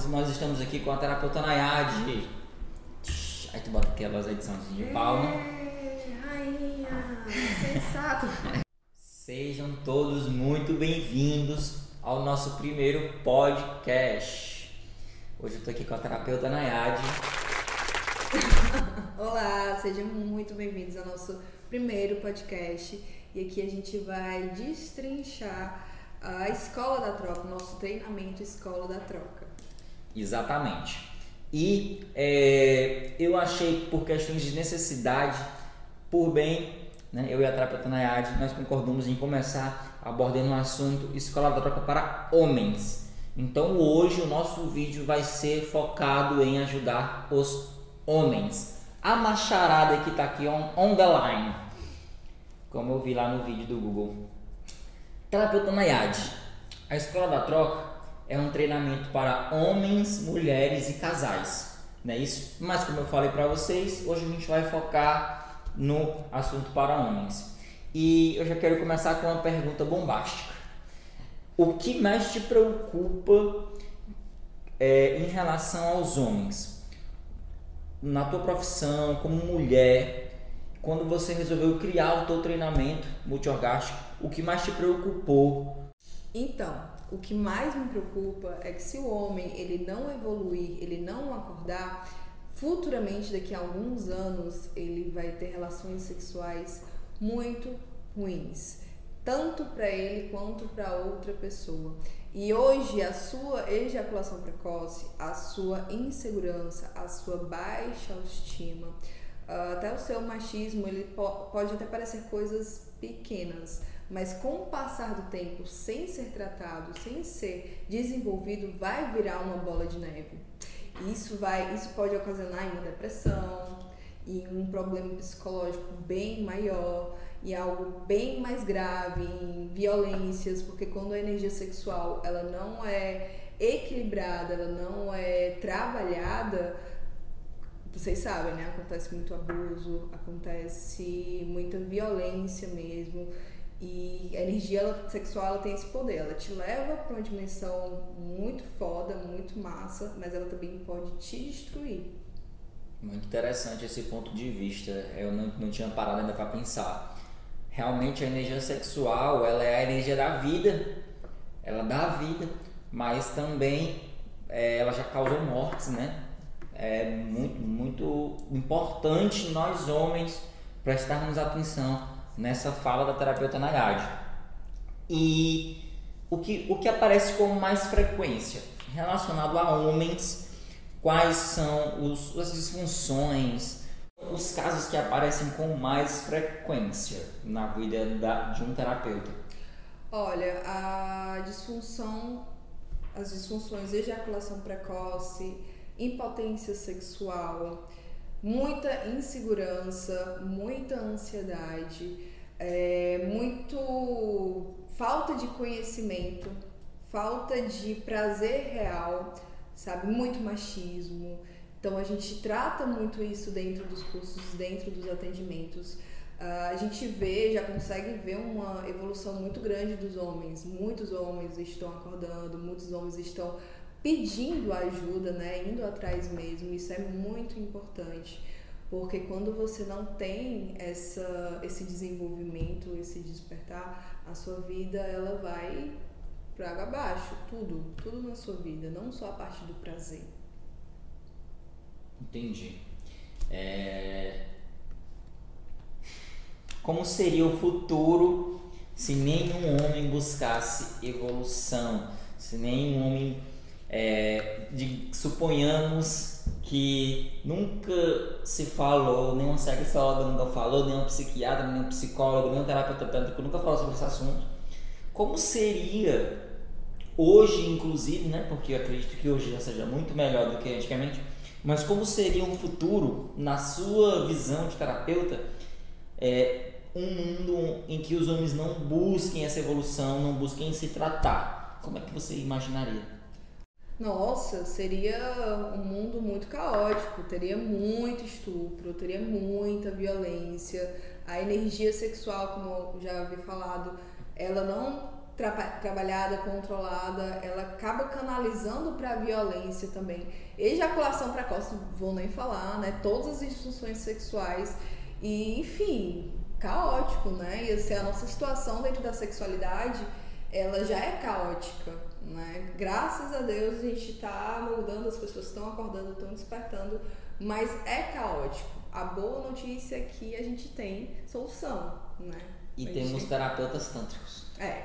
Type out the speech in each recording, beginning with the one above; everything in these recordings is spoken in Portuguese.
Hoje nós estamos aqui com a terapeuta Nayade. Aí tu bota aquelas ediçãozinhas de palma. Rainha, sensato. Sejam todos muito bem-vindos ao nosso primeiro podcast. Hoje eu tô aqui com a terapeuta Nayade. Olá, sejam muito bem-vindos ao nosso primeiro podcast. E aqui a gente vai destrinchar a Escola da Troca, o nosso treinamento Escola da Troca. Exatamente. E eu achei, por questões de necessidade, por bem, né, eu e a terapeuta Nayade, nós concordamos em começar abordando o assunto Escola da Troca para homens. Então hoje o nosso vídeo vai ser focado em ajudar os homens. A macharada que está aqui on the line, como eu vi lá no vídeo do Google. Terapeuta Nayade, a Escola da Troca é um treinamento para homens, mulheres e casais, não é isso? Mas como eu falei para vocês, hoje a gente vai focar no assunto para homens. E eu já quero começar com uma pergunta bombástica. O que mais te preocupa em relação aos homens? Na tua profissão, como mulher, quando você resolveu criar o teu treinamento multiorgástico, o que mais te preocupou? Então, o que mais me preocupa é que se o homem ele não evoluir, ele não acordar, futuramente, daqui a alguns anos, ele vai ter relações sexuais muito ruins, tanto para ele quanto para outra pessoa. E hoje a sua ejaculação precoce, a sua insegurança, a sua baixa autoestima, até o seu machismo, ele pode até parecer coisas pequenas, mas com o passar do tempo, sem ser tratado, sem ser desenvolvido, vai virar uma bola de neve. Isso pode ocasionar uma depressão e um problema psicológico bem maior e algo bem mais grave, em violências, porque quando a energia sexual ela não é equilibrada, ela não é trabalhada, vocês sabem, né? Acontece muito abuso, acontece muita violência mesmo. E a energia sexual ela tem esse poder, ela te leva para uma dimensão muito foda, muito massa, mas ela também pode te destruir. Muito interessante esse ponto de vista, eu não tinha parado ainda para pensar. Realmente a energia sexual, ela é a energia da vida, ela dá vida, mas também ela já causou mortes, né? É muito importante nós homens prestarmos atenção nessa fala da terapeuta Nayade. E o que aparece com mais frequência relacionado a homens, quais são as disfunções, os casos que aparecem com mais frequência na vida de um terapeuta? Olha, as disfunções de ejaculação precoce, impotência sexual, muita insegurança, muita ansiedade, muito falta de conhecimento, falta de prazer real, sabe? Muito machismo. Então a gente trata muito isso dentro dos cursos, dentro dos atendimentos. A gente já consegue ver uma evolução muito grande dos homens. Muitos homens estão acordando, muitos homens estão pedindo ajuda, né? Indo atrás mesmo. Isso é muito importante, porque quando você não tem esse desenvolvimento, esse despertar, a sua vida ela vai para água abaixo, tudo na sua vida, não só a parte do prazer. Entendi. Como seria o futuro se nenhum homem buscasse evolução, se nenhum homem suponhamos que nunca se falou, nenhuma sexóloga nunca falou, nenhum psiquiatra, nenhum psicólogo, nenhum terapeuta tântrico nunca falou sobre esse assunto. Como seria hoje, inclusive, né? Porque eu acredito que hoje já seja muito melhor do que antigamente, mas como seria um futuro, na sua visão de terapeuta, um mundo em que os homens não busquem essa evolução, não busquem se tratar? Como é que você imaginaria? Nossa, seria um mundo muito caótico, teria muito estupro, teria muita violência, a energia sexual, como eu já havia falado, ela não trabalhada, controlada, ela acaba canalizando para a violência também. Ejaculação precoce, vou nem falar, né? Todas as disfunções sexuais e, enfim, caótico, né? E assim, a nossa situação dentro da sexualidade, ela já é caótica, né? Graças a Deus a gente está mudando, as pessoas estão acordando, estão despertando, mas é caótico. A boa notícia é que a gente tem solução, né? E temos terapeutas tântricos. É.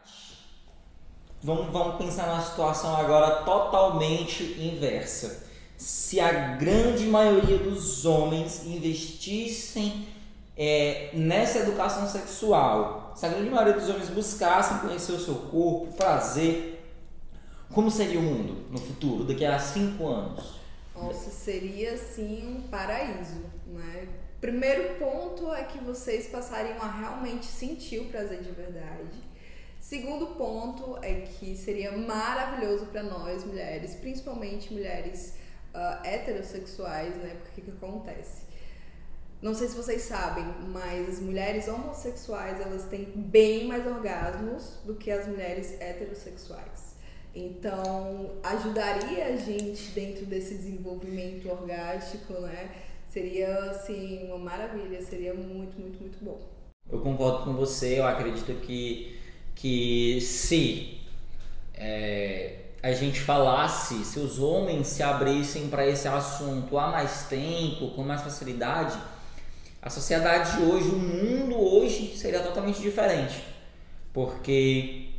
Vamos pensar numa situação agora totalmente inversa. Se a grande maioria dos homens investissem nessa educação sexual, se a grande maioria dos homens buscassem conhecer o seu corpo, prazer, como seria o mundo no futuro, daqui a 5 anos? Nossa, seria assim um paraíso, né? Primeiro ponto é que vocês passariam a realmente sentir o prazer de verdade. Segundo ponto é que seria maravilhoso para nós mulheres, principalmente mulheres heterossexuais, né? Porque o que acontece? Não sei se vocês sabem, mas as mulheres homossexuais, elas têm bem mais orgasmos do que as mulheres heterossexuais. Então, ajudaria a gente dentro desse desenvolvimento orgástico, né? Seria, assim, uma maravilha, seria muito, muito, muito bom. Eu concordo com você, eu acredito que se a gente falasse, se os homens se abrissem para esse assunto há mais tempo, com mais facilidade, a sociedade de hoje, o mundo hoje seria totalmente diferente. Porque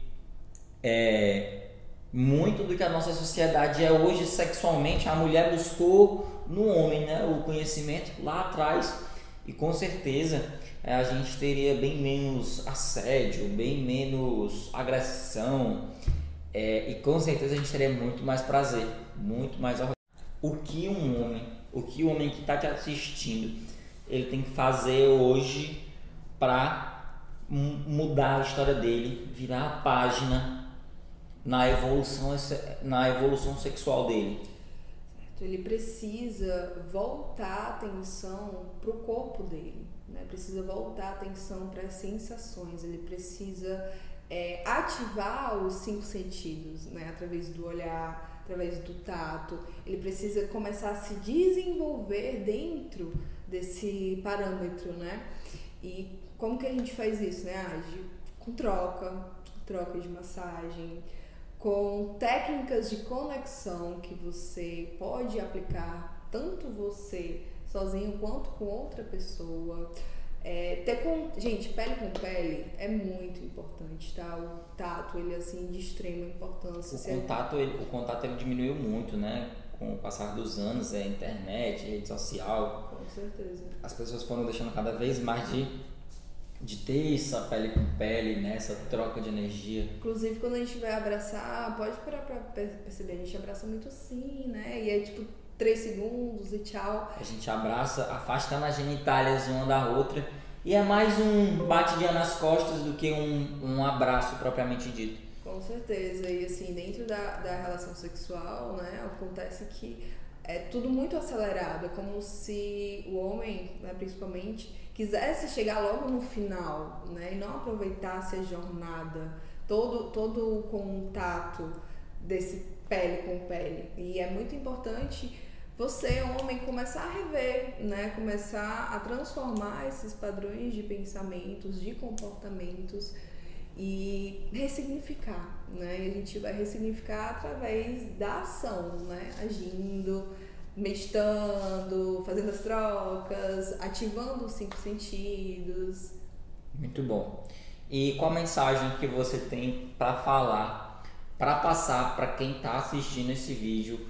muito do que a nossa sociedade é hoje sexualmente, a mulher buscou no homem, né, o conhecimento lá atrás, e com certeza a gente teria bem menos assédio, bem menos agressão, e com certeza a gente teria muito mais prazer, muito mais orgulho. O que o homem que está te assistindo, ele tem que fazer hoje para mudar a história dele, virar a página na evolução sexual dele? Ele precisa voltar a atenção para o corpo dele, né? Precisa voltar a atenção para as sensações, ele precisa ativar os 5 sentidos, né? Através do olhar, através do tato. Ele precisa começar a se desenvolver dentro desse parâmetro, né? E como que a gente faz isso, né? Age com troca de massagem, com técnicas de conexão que você pode aplicar, tanto você sozinho quanto com outra pessoa. Gente, pele com pele é muito importante, tá? O tato, ele assim, de extrema importância. O contato ele diminuiu muito, né? Com o passar dos anos, internet, rede social. Com certeza. As pessoas foram deixando cada vez mais de ter essa pele com pele, né? Essa troca de energia. Inclusive, quando a gente vai abraçar, pode parar pra perceber, a gente abraça muito assim, né? E é tipo 3 segundos e tchau. A gente abraça, afastando as genitálias uma da outra, e é mais um batidinha nas costas do que um abraço propriamente dito. Com certeza, e assim, dentro da relação sexual, né, acontece que é tudo muito acelerado, é como se o homem, né, principalmente, quisesse chegar logo no final, né, e não aproveitasse a jornada, todo o contato desse pele com pele. E é muito importante você, homem, começar a rever, né, começar a transformar esses padrões de pensamentos, de comportamentos e ressignificar, né? E a gente vai ressignificar através da ação, né? Agindo, meditando, fazendo as trocas, ativando os 5 sentidos. Muito bom. E qual a mensagem que você tem para falar, para passar para quem está assistindo esse vídeo?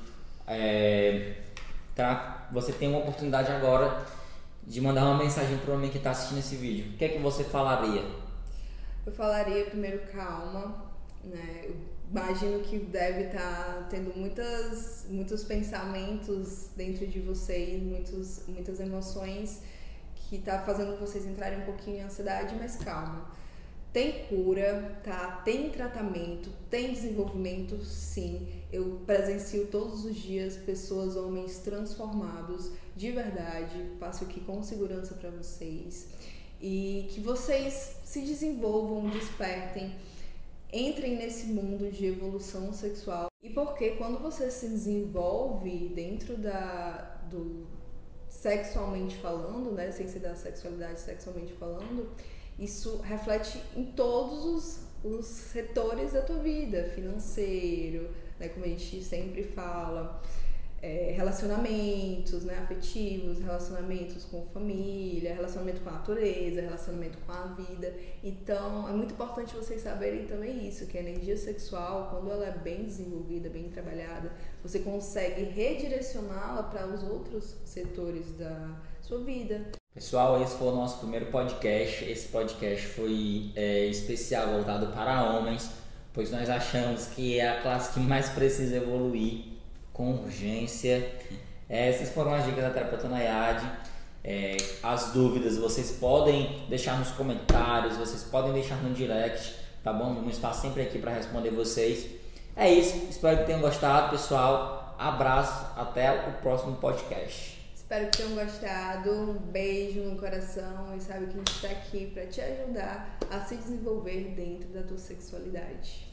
Você tem uma oportunidade agora de mandar uma mensagem para o homem que está assistindo esse vídeo. O que é que você falaria? Eu falaria primeiro calma, né? Eu imagino que deve estar tendo muitos pensamentos dentro de vocês, muitas emoções que está fazendo vocês entrarem um pouquinho em ansiedade, mas calma. Tem cura, tá? Tem tratamento, tem desenvolvimento, sim. Eu presencio todos os dias pessoas, homens transformados de verdade. Passo aqui com segurança para vocês. E que vocês se desenvolvam, despertem entrem nesse mundo de evolução sexual. E porque quando você se desenvolve dentro do sexualmente falando, né, sem ser da sexualidade, sexualmente falando, isso reflete em todos os setores da tua vida, financeiro, né, como a gente sempre fala, relacionamentos, né, afetivos, relacionamentos com família, relacionamento com a natureza, relacionamento com a vida. Então é muito importante vocês saberem também isso, que a energia sexual, quando ela é bem desenvolvida, bem trabalhada, você consegue redirecioná-la para os outros setores da sua vida. Pessoal, esse foi o nosso primeiro podcast. Esse podcast foi especial, voltado para homens, pois nós achamos que é a classe que mais precisa evoluir com urgência. Essas foram as dicas da terapeuta Nayade. As dúvidas vocês podem deixar nos comentários, vocês podem deixar no direct, tá bom? Vamos estar sempre aqui para responder vocês. É isso, espero que tenham gostado, pessoal. Abraço, até o próximo podcast. Espero que tenham gostado, um beijo no coração e sabe que a gente está aqui para te ajudar a se desenvolver dentro da tua sexualidade.